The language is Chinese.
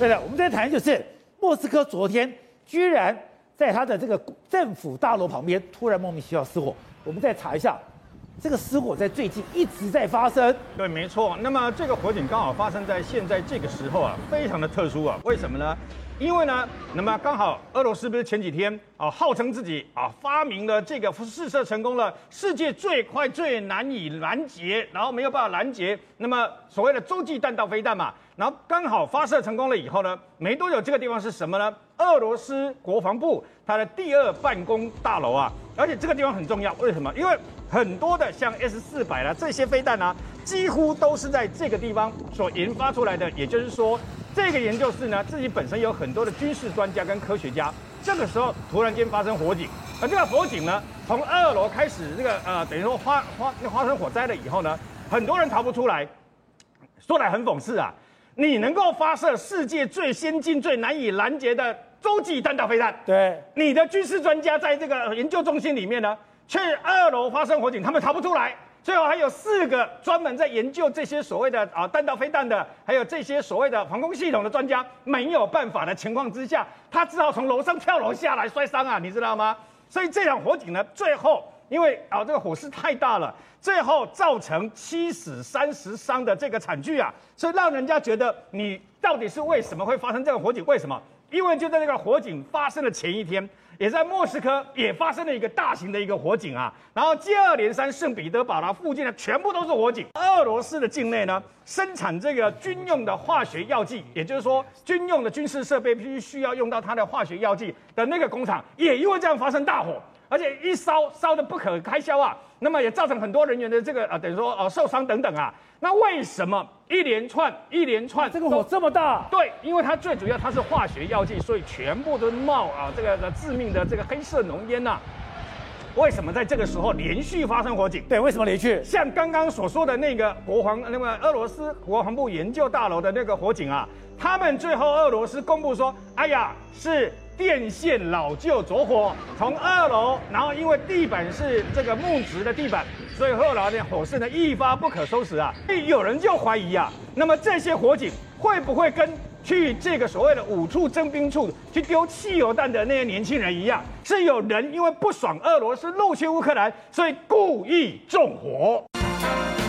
对的，我们在谈就是莫斯科昨天居然在他的这个政府大楼旁边突然莫名其妙失火。我们再查一下，这个失火在最近一直在发生。 对，没错。那么这个火警刚好发生在现在这个时候啊，非常的特殊啊。为什么呢？因为呢，那么刚好俄罗斯不是前几天啊，号称自己啊发明了这个试射成功了世界最快最难以拦截，然后没有办法拦截，那么所谓的洲际弹道飞弹嘛，然后刚好发射成功了以后呢，没多久这个地方是什么呢？俄罗斯国防部它的第2办公大楼啊，而且这个地方很重要，为什么？因为很多的像 S-400啦这些飞弹啊，几乎都是在这个地方所研发出来的，也就是说。这个研究室呢，自己本身有很多的军事专家跟科学家。这个时候突然间发生火警，而这个火警呢，从2楼开始，这个等于说发生火灾了以后呢，很多人逃不出来。说来很讽刺啊，你能够发射世界最先进、最难以拦截的洲际弹道飞弹， 对， 你的军事专家在这个研究中心里面呢，去2楼发生火警，他们逃不出来。最后还有4个专门在研究这些所谓的弹道飞弹的，还有这些所谓的防空系统的专家，没有办法的情况之下，他只好从楼上跳楼下来摔伤啊，你知道吗？所以这场火警呢，最后因为这个火势太大了，最后造成7死30伤的这个惨剧啊，所以让人家觉得你到底是为什么会发生这个火警？为什么？因为就在这个火警发生的前一天。也在莫斯科也发生了一个大型的一个火警啊，然后接二连三，圣彼得堡啦附近的全部都是火警。俄罗斯的境内呢，生产这个军用的化学药剂，也就是说军用的军事设备必须需要用到它的化学药剂的那个工厂，也因为这样发生大火，而且一烧得不可开交啊，那么也造成很多人员的这个等于说受伤等等啊。那为什么一连串这个火这么大？ 对，因为它最主要它是化学药剂，所以全部都冒这个致命的这个黑色浓烟呐。为什么在这个时候连续发生火警？ 对，为什么连续？ 像刚刚所说的那个那么俄罗斯国防部研究大楼的那个火警啊，他们最后俄罗斯公布说，哎呀，是电线老旧着火，从2楼，然后因为地板是这个木质的地板，所以后来呢火势呢一发不可收拾啊。有人就怀疑啊，那么这些火警会不会跟去这个所谓的5处征兵处去丢汽油弹的那些年轻人一样，是有人因为不爽俄罗斯入侵乌克兰，所以故意纵火。